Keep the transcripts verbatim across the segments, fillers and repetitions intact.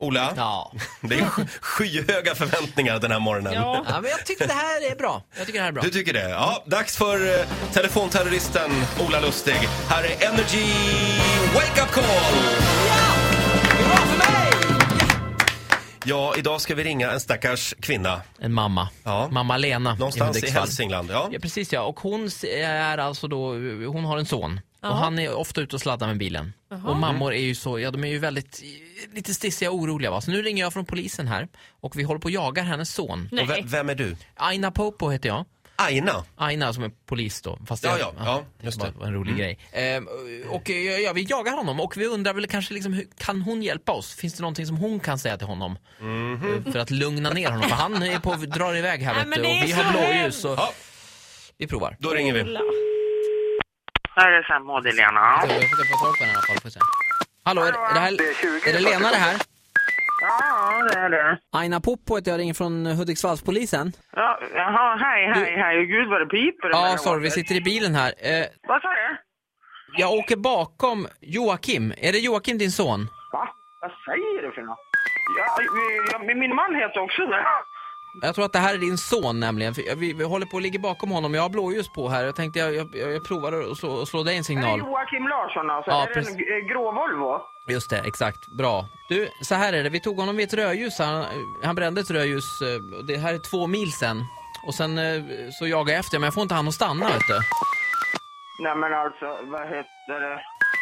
Ola, Ja. det är skyhöga förväntningar den här morgonen. Ja. Ja, men jag tycker det här är bra. Jag tycker det här är bra. Du tycker det? Ja, dags för uh, telefonterroristen Ola Lustig. Här är Energy Wake Up Call! Ja! Det är bra för mig! Ja, idag ska vi ringa en stackars kvinna. En mamma. Ja. Mamma Lena. Någonstans i, i Hälsingland, ja. Ja, precis ja. Och hon är alltså då, hon har en son. Aha. Och han är ofta ute och sladdar med bilen. Aha. Och mammor är ju så, ja de är ju väldigt, lite stissiga och oroliga va. Så nu ringer jag från polisen här. Och vi håller på att jaga hennes son. Nej. Och v- vem är du? Aina Popo heter jag. Aina? Aina som är polis då. Fast Ja, jag, ja, ja, just det. det. var en rolig grej. Ehm, och ja, ja, vi jagar honom och vi undrar väl kanske liksom, hur, kan hon hjälpa oss? Finns det någonting som hon kan säga till honom? Mm-hmm. För att lugna ner honom. För han är på, drar iväg här Nej, vet men du. det Och är vi så har blåljus hemskt. och Ja, vi provar. då ringer vi. Här är Sam och Lena. Jag får ta på den i alla fall. Får se. Hallå, är, är, det här, är det Lena det här? Ja, det är det. Aina Popo heter jag, ringer från Hudiksvallspolisen. Ja, jaha, hej, hej, hej. Gud vad det piper. Ja, sorry, vi sitter i bilen här. Eh, Vad sa du? jag åker bakom Joakim. Är det Joakim din son? Va? Vad säger du för något? Ja, vi- ja, min man heter också det. Jag tror att det här är din son nämligen. För vi, vi håller på att ligga bakom honom. Jag har blåljus på här. Jag tänkte jag, jag, jag provar att slå, att slå dig en Är det signal. Joakim Larsson alltså? Ja, är det precis. en eh, grå Volvo? Just det, exakt. Bra. Du, så här är det. Vi tog honom vid ett rödljus. Han, han brände ett rödljus. eh, Det här är två mil sen. Och sen eh, så jagar jag efter. Men jag får inte han att stanna, vet du. Nej men alltså, vad heter det?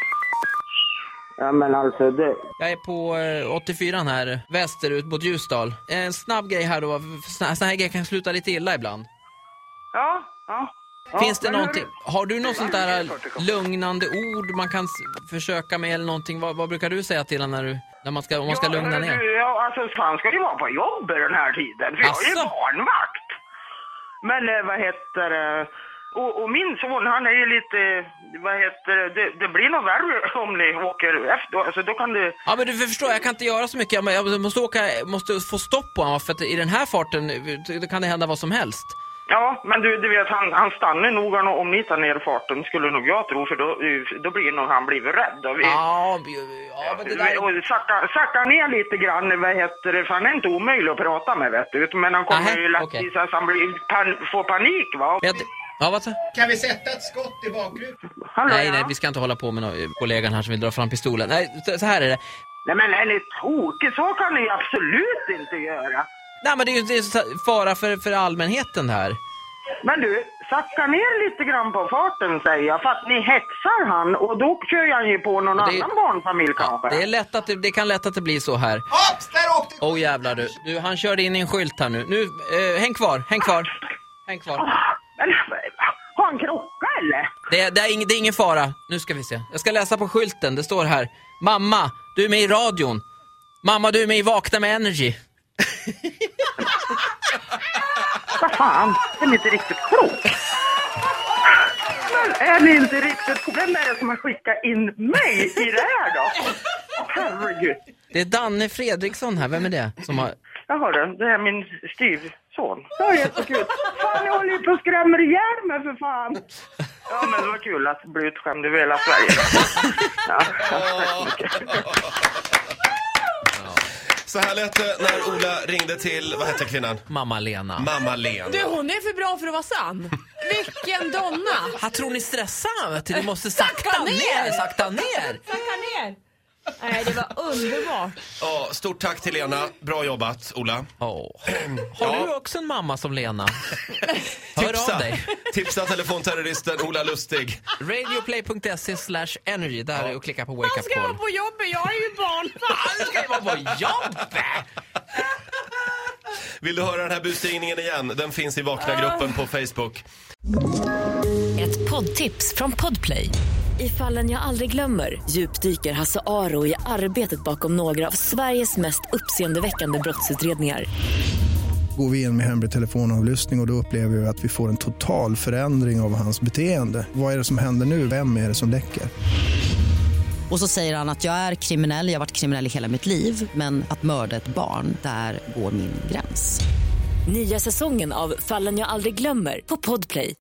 Ja men alltså det... Jag är på eh, åttiofyra här, västerut mot Ljusdal. En snabb grej här då. Såna, såna här grejer kan sluta lite illa ibland. Ja, ja. ja Finns det men någonting? hörru- Har du något sånt där lugnande ord man kan s- försöka med eller någonting? Vad, vad brukar du säga till när, du, när man ska, om man ska Ja, lugna hörru ner? du, Ja, alltså han ska ju vara på jobb den här tiden. För jag är ju Asså? barnvakt. Men eh, vad heter det? Och, och min son, han är ju lite, vad heter det, det, det blir nog värre om ni åker efter, alltså då kan det... Ja men du förstår, jag kan inte göra så mycket. Men jag måste, åka, måste få stopp på honom för att i den här farten det kan det hända vad som helst. Ja, men du, du vet, han, han stannar nog om ni tar ner farten, skulle nog jag tro, för då, då blir nog han blivit rädd. Och vi, Ja, ja men det där... och sakta, sakta ner lite grann, vad heter det, för han är inte omöjlig att prata med, vet du. Men han kommer Nähä, ju lätt okej. visa att han blir, pan, får panik, va? Men jag, ja, vad så? Kan vi sätta ett skott i bakrutan? Hallå, Nej, ja? nej, vi ska inte hålla på med någon, kollegan här som vill dra fram pistolen. Nej, så, så här är det. Nej, men är ni tokig? Så kan ni absolut inte göra. Nej, men det är ju det är så fara för, för allmänheten här. Men du, sacka ner lite grann på farten, säger jag, för att ni hetsar han, och då kör han ju på någon Det är- annan barnfamilj Ja, kanske. det är lätt att det, det kan lätt att det blir så här. Hopps, där åkte... Åh oh, jävlar du. du. Han körde in i en skylt här nu. Nu, eh, häng kvar, häng kvar. Häng kvar. Men, har han krockat eller? Det, är- det, är ing, det är ingen fara. Nu ska vi se. Jag ska läsa på skylten. Det står här. Mamma, du är med i radion. Mamma, du är med i Vakna med Energy. Vad fan, är ni inte riktigt klok? Men är ni inte riktigt klok? Vem är det som har skickat in mig i det här då? Herregud. Det är Danne Fredriksson här. Vem är det? Som har... Jag har det, det är min styvson. Det är jättekul. Fan, ni håller ju på och skrämmer ihjäl mig för fan. Ja, men det var kul att bli utskämd över hela Sverige. Ja, tack så mycket. Så här lät det när Ola ringde till, vad heter kvinnan? Mamma Lena. Mamma Lena. Du, hon är för bra för att vara sann. Vilken donna. Här tror ni stressar, vet du? Ni måste sakta, Sakta ner. ner. Sakta ner. Sacka ner. Nej, det var underbart. Ja, stort tack till Lena. Bra jobbat, Ola. Oh. Har Ja. du också en mamma som Lena? Hör Tipsa, av dig. tipsa telefonterroristen Ola Lustig. Radioplay.se slash energy. Där är och klicka på Wake Han Up ska vara Call. på jobbet, jag är ju barn. Han ska ju vara på jobbet! Vill du höra den här busringningen igen? Den finns i Vakna-gruppen på Facebook. Ett poddtips från Podplay. I Fallen jag aldrig glömmer djupdyker Hasse Aro i arbetet bakom några av Sveriges mest uppseendeväckande brottsutredningar. Går vi in med hemlig telefonavlyssning och, och då upplever vi att vi får en total förändring av hans beteende. Vad är det som händer nu? Vem är det som läcker? Och så säger han att jag är kriminell, jag har varit kriminell i hela mitt liv. Men att mörda ett barn, där går min gräns. Nya säsongen av Fallen jag aldrig glömmer på Podplay.